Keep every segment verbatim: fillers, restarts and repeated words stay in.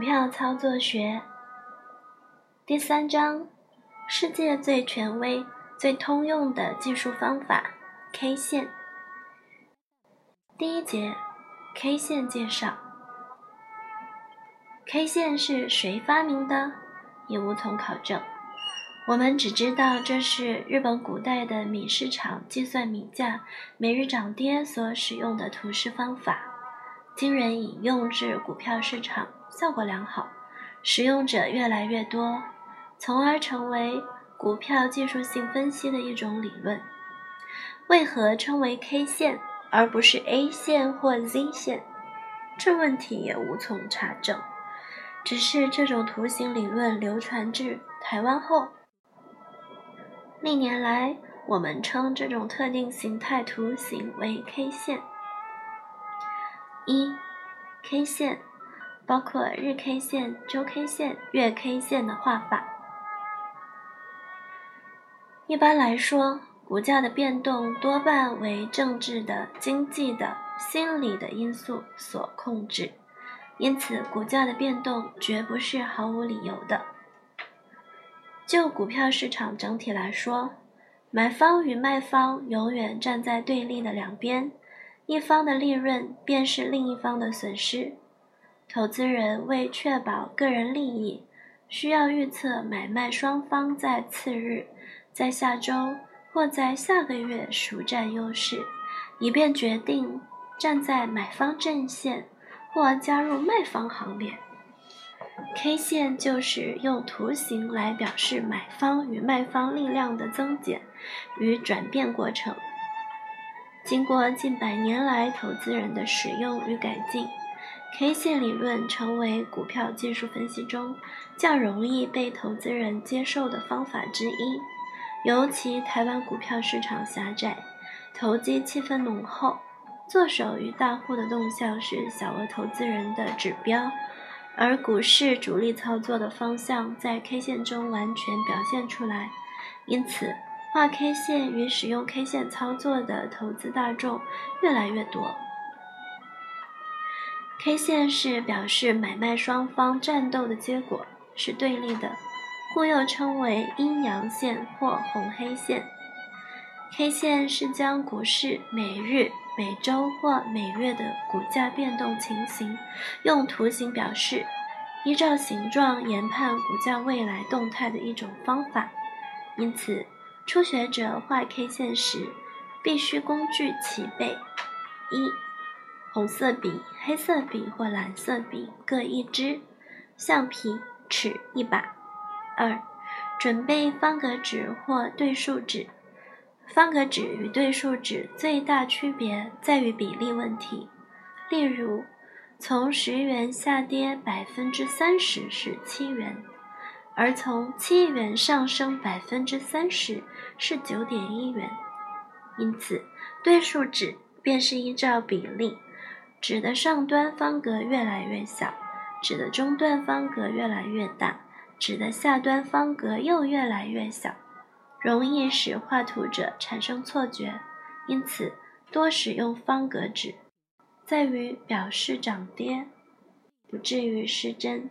票操作学第三章，世界最权威、最通用的技术方法 K 线。第一节 K 线介绍。 K 线是谁发明的？也无从考证，我们只知道这是日本古代的米市场计算米价每日涨跌所使用的图示方法，经人引用至股票市场，效果良好，使用者越来越多，从而成为股票技术性分析的一种理论。为何称为 K 线而不是 A 线或 Z 线？这问题也无从查证，只是这种图形理论流传至台湾后，历年来我们称这种特定形态图形为 K 线。一 K 线包括日 K 线、周 K 线、月 K 线的画法。一般来说，股价的变动多半为政治的、经济的、心理的因素所控制，因此股价的变动绝不是毫无理由的。就股票市场整体来说，买方与卖方永远站在对立的两边，一方的利润便是另一方的损失。投资人为确保个人利益，需要预测买卖双方在次日、在下周或在下个月孰占优势，以便决定站在买方阵线或加入卖方行列。K 线就是用图形来表示买方与卖方力量的增减与转变过程。经过近百年来投资人的使用与改进， K 线理论成为股票技术分析中较容易被投资人接受的方法之一。尤其台湾股票市场狭窄，投机气氛浓厚，作手与大户的动向是小额投资人的指标，而股市主力操作的方向在 K 线中完全表现出来，因此画 K 线与使用 K 线操作的投资大众越来越多。K 线是表示买卖双方战斗的结果，是对立的，故又称为阴阳线或红黑线。K 线是将股市每日、每周或每月的股价变动情形用图形表示，依照形状研判股价未来动态的一种方法。因此，初学者画 K 线时，必须工具齐备：一、红色笔、黑色笔或蓝色笔各一支，橡皮、尺一把。二、准备方格纸或对数纸。方格纸与对数纸最大区别在于比例问题，例如，从十元下跌百分之三十是七元，而从七元上升百分之三十是九点一元。因此，对数纸便是依照比例，纸的上端方格越来越小，纸的中端方格越来越大，纸的下端方格又越来越小，容易使画图者产生错觉，因此多使用方格纸，在于表示涨跌，不至于失真。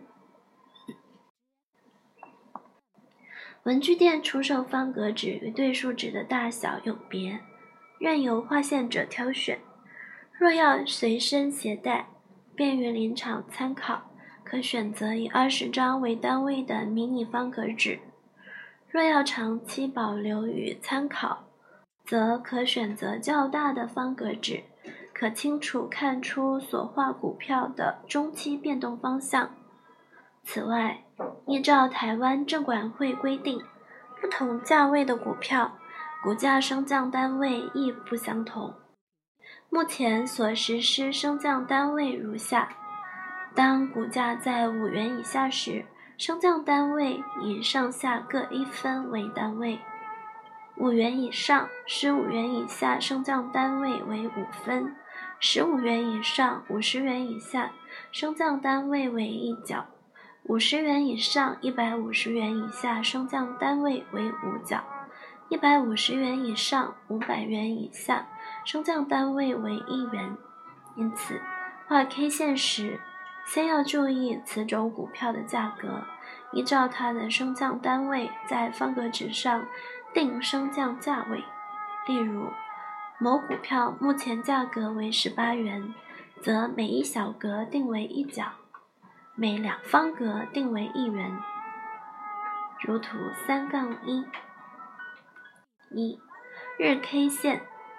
文具店出售方格纸与对数纸的大小有别，任由画线者挑选。若要随身携带，便于临场参考，可选择以二十张为单位的迷你方格纸。若要长期保留与参考，则可选择较大的方格纸，可清楚看出所画股票的中期变动方向。此外，依照台湾证管会规定，不同价位的股票，股价升降单位亦不相同。目前所实施升降单位如下：当股价在五元以下时，升降单位以上下各一分为单位；五元以上、十五元以下升降单位为五分；十五元以上、五十元以下升降单位为一角；五十元以上、一百五十元以下升降单位为五角；一百五十元以上、五百元以下升降单位为一元。因此，画 K 线时， 先要注意此种股票的价格，依照它的升降单位在方格纸上定升降价位。例如，某股票目前价格为十八元，则每一小格定为一角，每两方格定为一元。如图 三杠一。 一、日 K 线。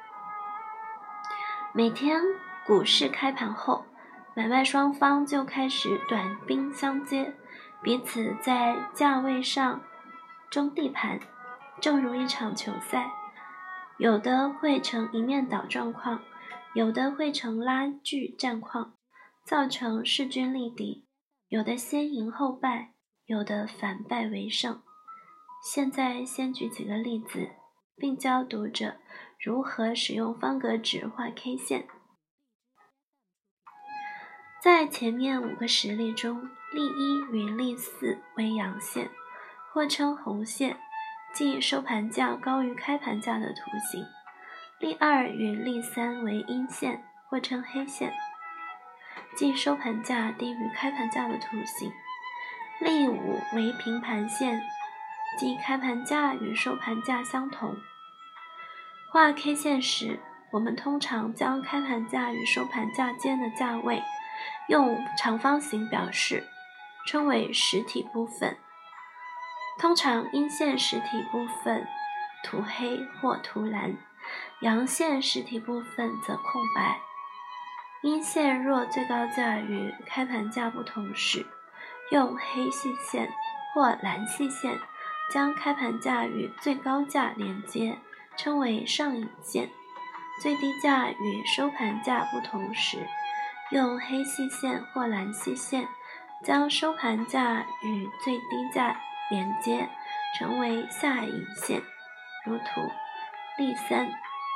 每天股市开盘后，买卖双方就开始短兵相接，彼此在价位上争地盘，正如一场球赛，有的会成一面倒状况，有的会成拉锯战况，造成势均力敌，有的先赢后败，有的反败为胜。现在先举几个例子，并教读者如何使用方格纸画 K 线。在前面五个实例中，例一与例四为阳线，或称红线，即收盘价高于开盘价的图形；例二与例三为阴线，或称黑线，即收盘价低于开盘价的图形；例五为平盘线，即开盘价与收盘价相同。画 K 线时，我们通常将开盘价与收盘价间的价位用长方形表示，称为实体部分。通常阴线实体部分涂黑或涂蓝，阳线实体部分则空白。阴线若最高价与开盘价不同时，用黑细线或蓝细线将开盘价与最高价连接，称为上影线。最低价与收盘价不同时，用黑细线或蓝细线将收盘价与最低价连接，成为下影线。如图例三。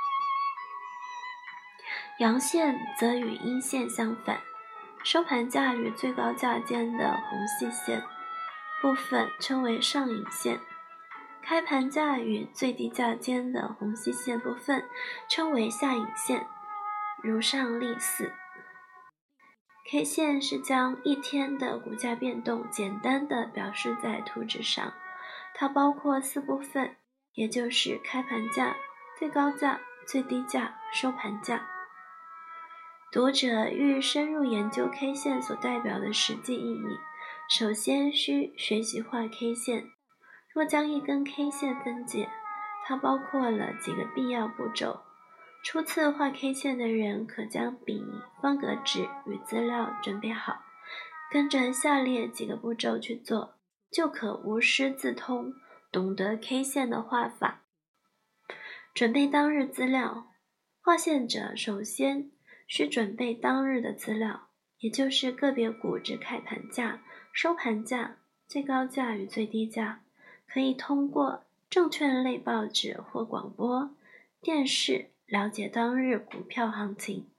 阳线则与阴线相反，收盘价与最高价间的红细线部分称为上影线，开盘价与最低价间的红细线部分称为下影线。如上例四。K 线是将一天的股价变动简单地表示在图纸上，它包括四部分，也就是开盘价、最高价、最低价、收盘价。读者欲深入研究 K 线所代表的实际意义，首先需学习画 K 线。若将一根 K 线分解，它包括了几个必要步骤。初次画 K 线的人可将笔、方格纸与资料准备好，跟着下列几个步骤去做，就可无师自通，懂得 K 线的画法。准备当日资料。画线者首先需准备当日的资料，也就是个别股之开盘价、收盘价、最高价与最低价，可以通过证券类报纸或广播、电视了解当日股票行情。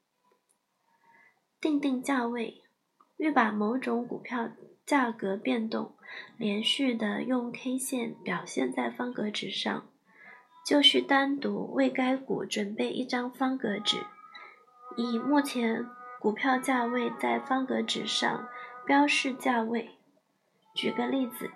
定定价位。欲把某种股票价格变动连续地用 K 线表现在方格纸上，就需单独为该股准备一张方格纸，以目前股票价位在方格纸上标示价位。举个例子，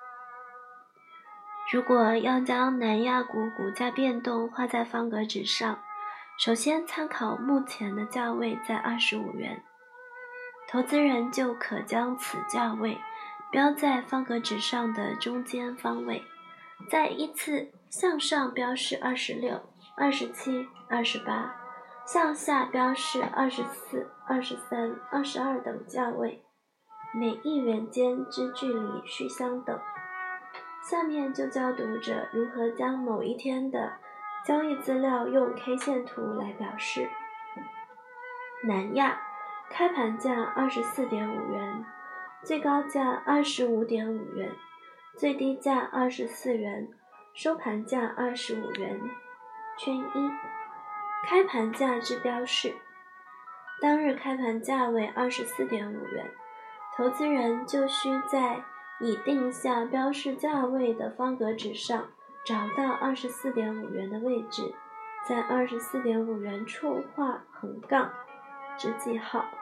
如果要将南亚股股价变动画在方格纸上，首先参考目前的价位在二十五元，投资人就可将此价位标在方格纸上的中间方位，再依次向上标示二十六、二十七、二十八，向下标示二十四、二十三、二十二等价位，每一元间之距离需相等。下面就教读者如何将某一天的交易资料用 K 线图来表示。南亚开盘价 二十四点五元，最高价 二十五点五元，最低价二十四元，收盘价二十五元。圈一，开盘价之标示。当日开盘价为 二十四点五元，投资人就需在已定下标示价位的方格纸上找到 二十四点五元的位置，在 二十四点五元处画横杠之记号。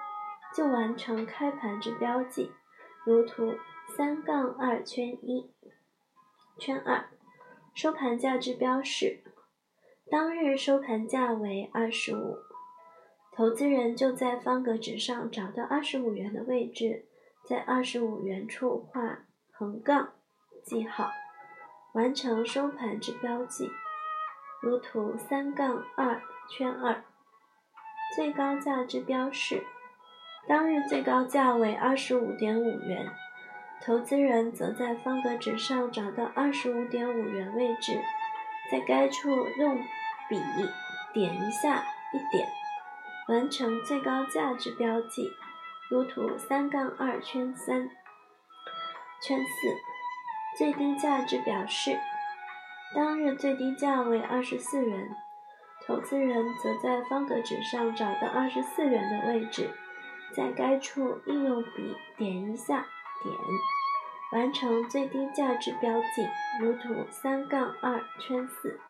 就完成开盘之标记，如图三杠二圈一。圈二，收盘价之标示，当日收盘价为二十五，投资人就在方格纸上找到二十五元的位置，在二十五元处画横杠记号，完成收盘之标记，如图三杠二圈二。最高价之标示，当日最高价为 二十五点五元，投资人则在方格纸上找到 二十五点五元位置，在该处用笔点一下一点，完成最高价之标记，如图三杠二圈三。圈四，最低价之表示，当日最低价为二十四元，投资人则在方格纸上找到二十四元的位置，在该处应用笔点一下点，完成最低价之标记，如图三杠二圈四。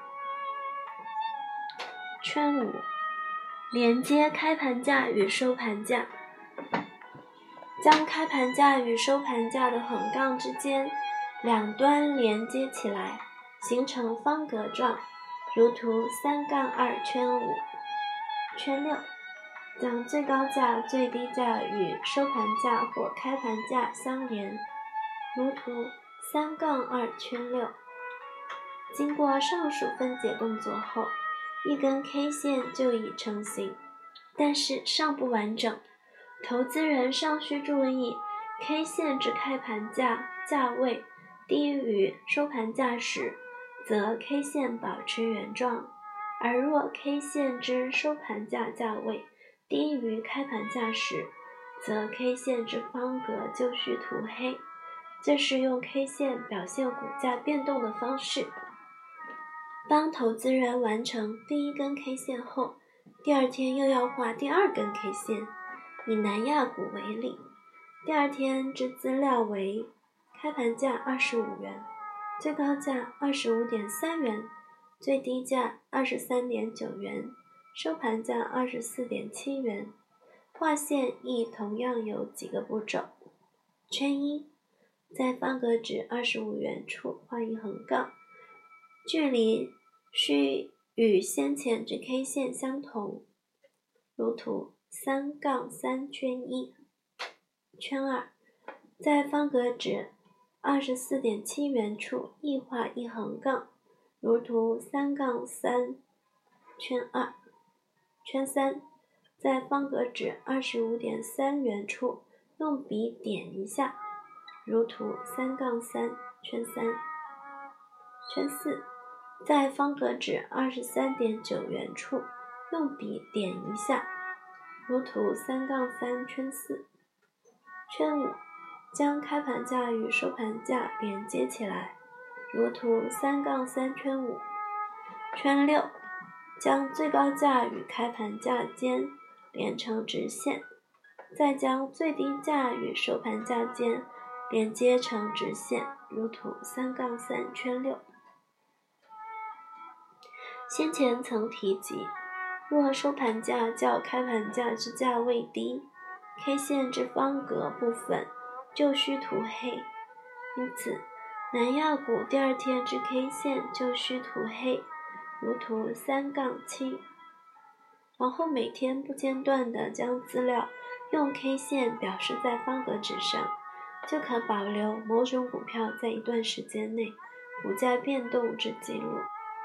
圈五，连接开盘价与收盘价，将开盘价与收盘价的横杠之间两端连接起来，形成方格状，如图三杠二圈五。圈六，将最高价、最低价与收盘价或开盘价相连，如图三杠二圈六。经过上述分解动作后，一根 K 线就已成型，但是尚不完整。投资人尚需注意 K 线之开盘价价位低于收盘价时，则 K 线保持原状；而若 K 线之收盘价价位低于开盘价时，则 K 线之方格就需涂黑。这是用 K 线表现股价变动的方式。当投资人完成第一根 K 线后，第二天又要画第二根 K 线。以南亚股为例，第二天之资料为开盘价二十五元，最高价 二十五点三元，最低价 二十三点九元，收盘价 二十四点七元。画线亦同样有几个步骤。圈一，在方格纸二十五元处画一横杠，距离需与先前之 K 线相同，如图三杠三圈一。圈二，在方格纸 二十四点七元处亦画一横杠，如图三杠三圈二。圈三，在方格纸 二十五点三元处用笔点一下，如图三杠三圈三。圈四，在方格纸 二十三点九元处用笔点一下，如图三杠三圈四。圈五，将开盘价与收盘价连接起来，如图三杠三圈五。圈六，将最高价与开盘价间连成直线，再将最低价与收盘价间连接成直线，如图三杠三圈六。先前曾提及，若收盘价较开盘价之价位低， K 线之方格部分就需涂黑，因此南亚股第二天之 K 线就需涂黑，如图三杠七。往后每天不间断地将资料用 K 线表示在方格纸上，就可保留某种股票在一段时间内股价变动之记录。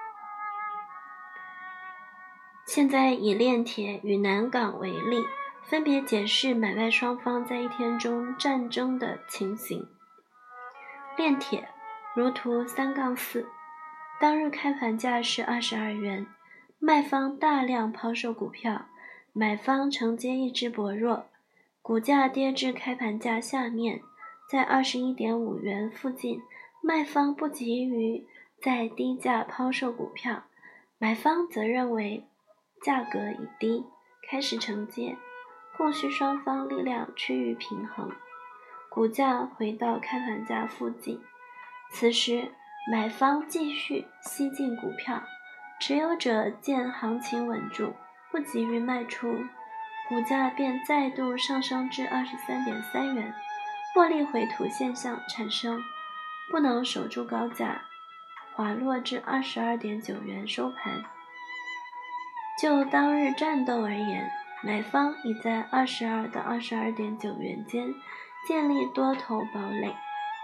现在以炼铁与南港为例，分别解释买卖双方在一天中战争的情形。炼铁，如图三杠四，当日开盘价是二十二元，卖方大量抛售股票，买方承接意志薄弱，股价跌至开盘价下面，在 二十一点五元附近，卖方不急于在低价抛售股票，买方则认为价格已低，开始承接，供需双方力量趋于平衡，股价回到开盘价附近。此时买方继续吸进股票，持有者见行情稳住，不急于卖出， 股价便再度上升至 二十三点三元，获利回吐现象产生，不能守住高价，滑落至 二十二点九元收盘。就当日战斗而言，买方已在二十二到 二十二点九元间建立多头堡垒。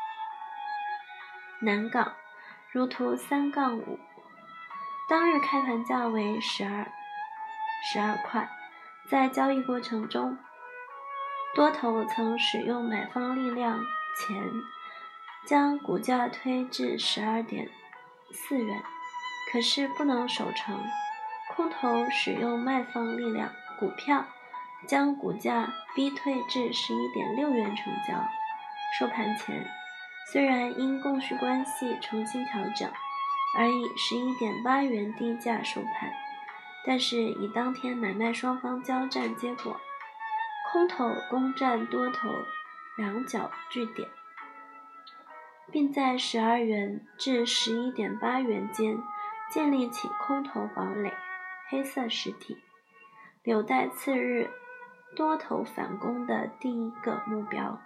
南港如图 三杠五， 当日开盘价为十二块，在交易过程中，多头曾使用买方力量前将股价推至 十二点四元，可是不能守成，空头使用卖方力量，股票将股价逼退至 十一点六元成交。收盘前虽然因供需关系重新调整而以 十一点八元低价收盘，但是以当天买卖双方交战结果，空头攻占多头两角据点，并在十二元至 十一点八元间建立起空头堡垒黑色实体，留待次日多头反攻的第一个目标。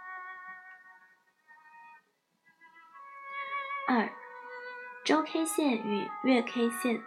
二、周 K 线与月 K 线。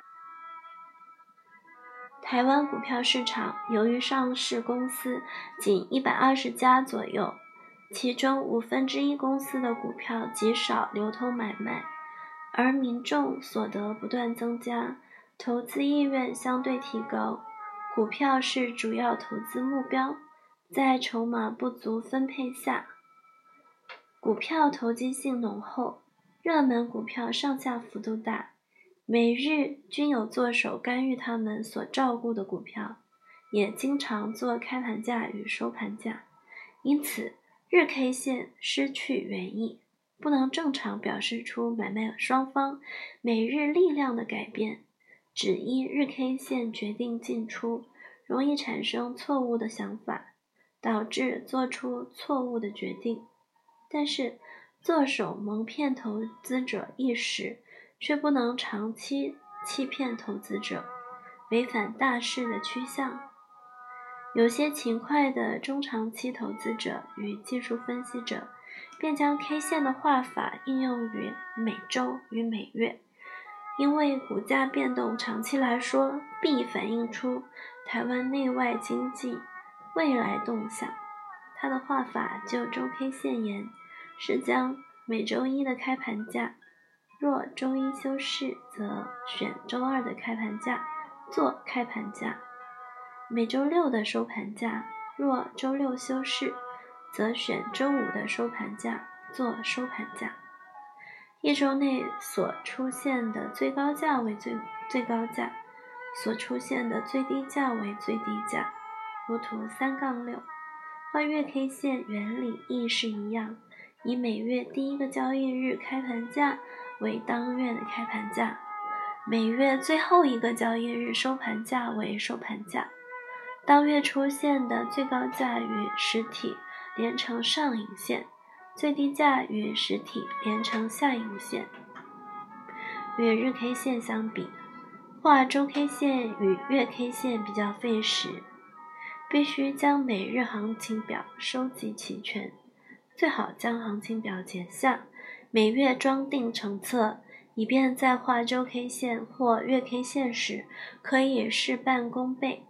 台湾股票市场由于上市公司仅一百二十家左右，其中五分之一公司的股票极少流通买卖，而民众所得不断增加，投资意愿相对提高，股票是主要投资目标，在筹码不足分配下，股票投机性浓厚，热门股票上下幅度大，每日均有作手干预他们所照顾的股票，也经常做开盘价与收盘价，因此日 K 线失去原意，不能正常表示出买卖双方每日力量的改变，只依日 K 线决定进出，容易产生错误的想法，导致做出错误的决定。但是作手蒙骗投资者一时，却不能长期欺骗投资者，违反大势的趋向。有些勤快的中长期投资者与技术分析者便将 K 线的画法应用于每周与每月，因为股价变动长期来说必反映出台湾内外经济未来动向。它的画法就周 K 线言，是将每周一的开盘价，若周一休市则选周二的开盘价做开盘价，每周六的收盘价，若周六休市则选周五的收盘价做收盘价。一周内所出现的最高价为最最高价，所出现的最低价为最低价，如图 三杠六。画月 K 线原理亦是一样，以每月第一个交易日开盘价为当月的开盘价，每月最后一个交易日收盘价为收盘价。当月出现的最高价与实体连成上影线，最低价与实体连成下影线。与日 K 线相比，画周 K 线与月 K 线比较费时，必须将每日行情表收集齐全，最好将行情表剪下，每月装订成册，以便在画周 K 线或月 K 线时可以事半功倍。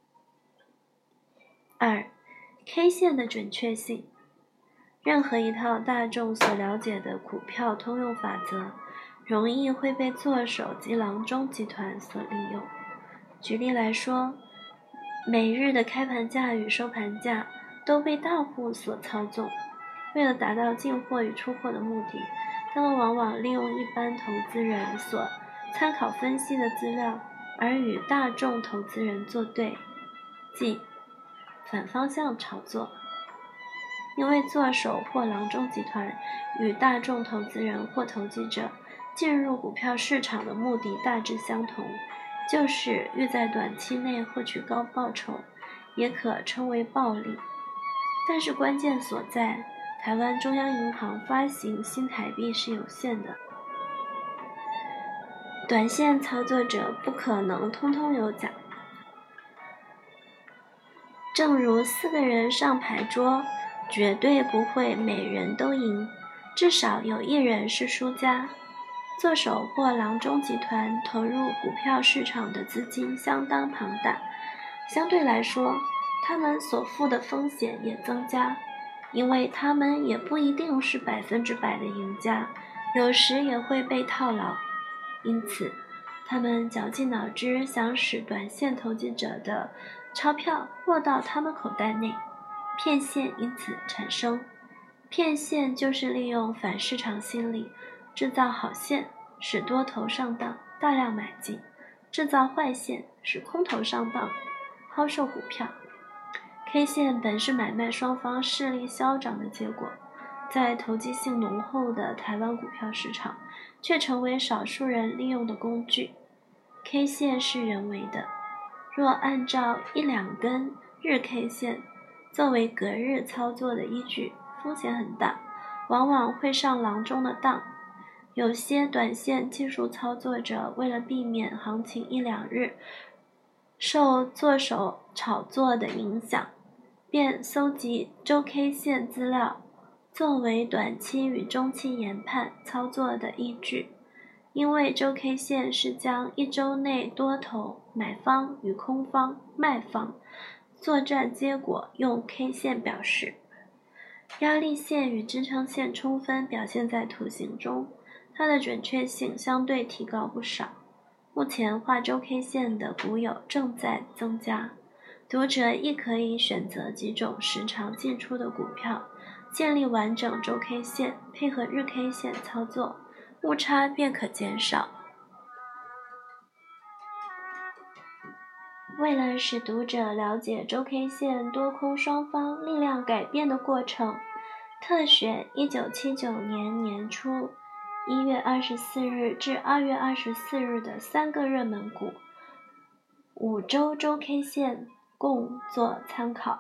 二、K 线的准确性。任何一套大众所了解的股票通用法则，容易会被作手及郎中集团所利用。举例来说，每日的开盘价与收盘价都被大户所操纵，为了达到进货与出货的目的，他们往往利用一般投资人所参考分析的资料，而与大众投资人作对，即反方向炒作。因为作手或郎中集团与大众投资人或投机者进入股票市场的目的大致相同，就是欲在短期内获取高报酬，也可称为暴利。但是关键所在，台湾中央银行发行新台币是有限的，短线操作者不可能通通有奖。 正如四个人上牌桌，绝对不会每人都赢，至少有一人是输家。做手或郎中集团投入股票市场的资金相当庞大，相对来说，他们所负的风险也增加，因为他们也不一定是百分之百的赢家，有时也会被套牢。因此，他们绞尽脑汁想使短线投机者的钞票落到他们口袋内，骗线因此产生。骗线就是利用反市场心理，制造好线，使多头上当，大量买进；制造坏线，使空头上当，抛售股票。K 线本是买卖双方势力消长的结果，在投机性浓厚的台湾股票市场，却成为少数人利用的工具。K 线是人为的，若按照一两根日 K 线作为隔日操作的依据，风险很大，往往会上郎中的当。有些短线技术操作者为了避免行情一两日受做手炒作的影响，便搜集周 K 线资料，作为短期与中期研判操作的依据。因为周 K 线是将一周内多头买方与空方卖方作战结果用 K 线表示，压力线与支撑线充分表现在图形中，它的准确性相对提高不少。目前画周 K 线的股友正在增加，读者亦可以选择几种时常进出的股票，建立完整周 K 线，配合日 K 线操作，误差便可减少。为了使读者了解周 K 线多空双方力量改变的过程，特选一九七九年年初一月二十四日至二月二十四日的三个热门股五周周 K 线供作参考。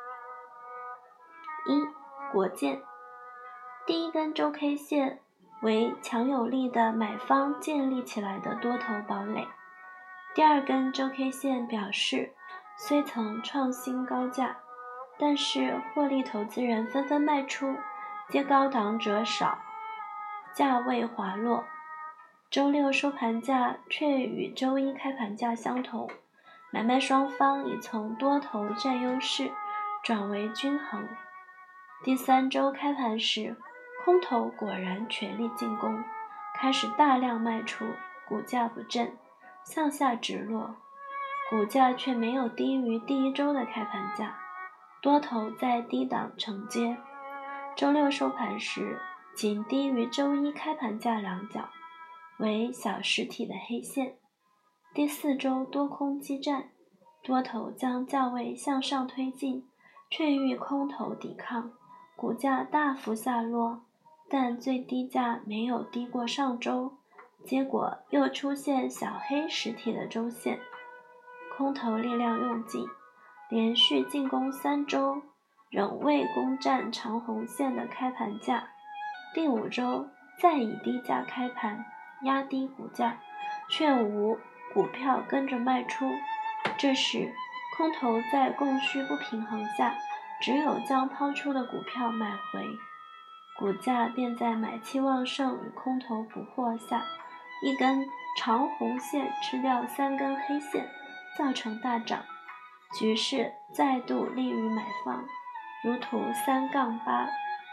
一、国建。第一根周 K 线为强有力的买方建立起来的多头堡垒。第二根周 K 线表示，虽曾创新高价，但是获利投资人纷纷卖出，接高档者少，价位滑落。周六收盘价却与周一开盘价相同，买卖双方已从多头占优势转为均衡。第三周开盘时，空头果然全力进攻，开始大量卖出，股价不振，向下直落，股价却没有低于第一周的开盘价，多头在低档承接。周六收盘时，仅低于周一开盘价两角，为小实体的黑线。第四周多空激战，多头将价位向上推进，却遇空头抵抗，股价大幅下落，但最低价没有低过上周，结果又出现小黑实体的周线，空头力量用尽，连续进攻三周，仍未攻占长红线的开盘价。第五周再以低价开盘，压低股价，却无股票跟着卖出。这时，空头在供需不平衡下，只有将抛出的股票买回，股价便在买气旺盛与空头捕获下，一根长红线吃掉三根黑线，造成大涨，局势再度利于买方，如图三杠八。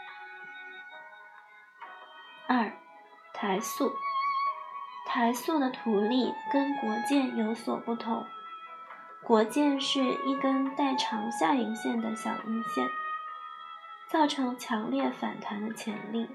二、台塑。台塑的图例跟国建有所不同，国建是一根带长下影线的小阴线，造成强烈反弹的潜力。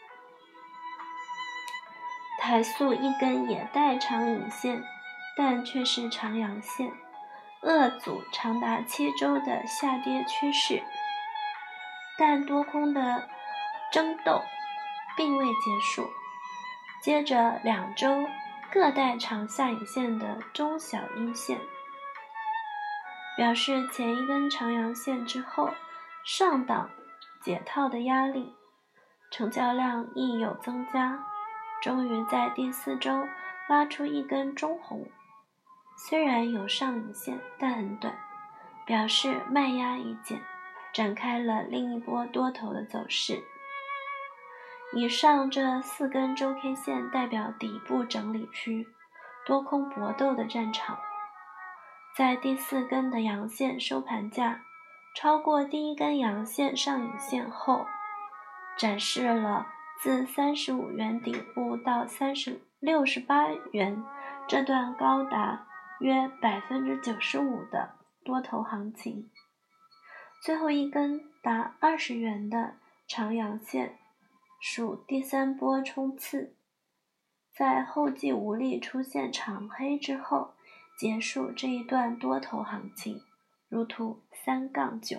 台塑一根也带长影线，但却是长阳线，遏阻长达七周的下跌趋势。但多空的争斗并未结束，接着两周各带长下影线的中小阴线，表示前一根长阳线之后上档解套的压力，成交量亦有增加，终于在第四周拉出一根中红，虽然有上影线，但很短， 表示卖压已减，展开了另一波多头的走势。以上这四根周 K 线代表底部整理区，多空搏斗的战场。在第四根的阳线收盘价超过第一根阳线上影线后，展示了自三十五元顶部到六十八元这段高达约 百分之九十五 的多头行情。最后一根达二十元的长阳线属第三波冲刺，在后继无力出现长黑之后，结束这一段多头行情，如图 三杠九。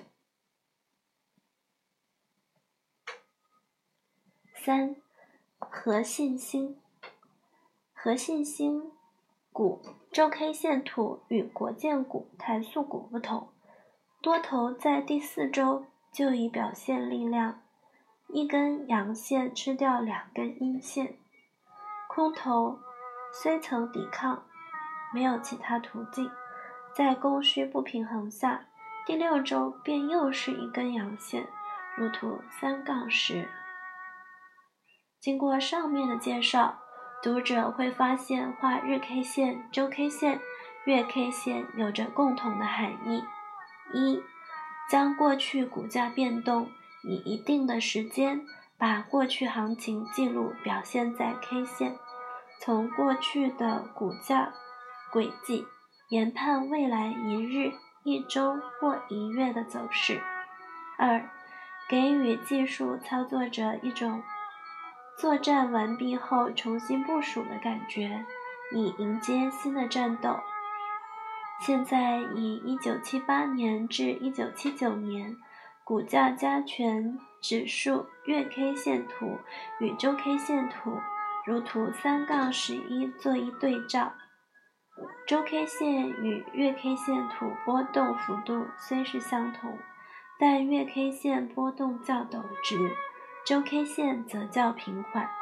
三、和信兴。和信兴股周 K 线图与国建股、台塑股不同，多头在第四周就已表现力量，一根阳线吃掉两根阴线，空头虽曾抵抗，没有其他途径，在供需不平衡下，第六周便又是一根阳线，如图 三杠十。经过上面的介绍，读者会发现画日 K 线、周 K 线、月 K 线有着共同的含义：一、将过去股价变动以一定的时间把过去行情记录表现在 K 线，从过去的股价轨迹研判未来一日、一周或一月的走势。二、给予技术操作者一种作战完毕后重新部署的感觉，以迎接新的战斗。现在以一九七八年至一九七九年股价加权指数月 K 线图与周 K 线图如图 三杠十一 做一对照，周 K 线与月 K 线图波动幅度虽是相同，但月 K 线波动较陡直，周 K 线则较平缓。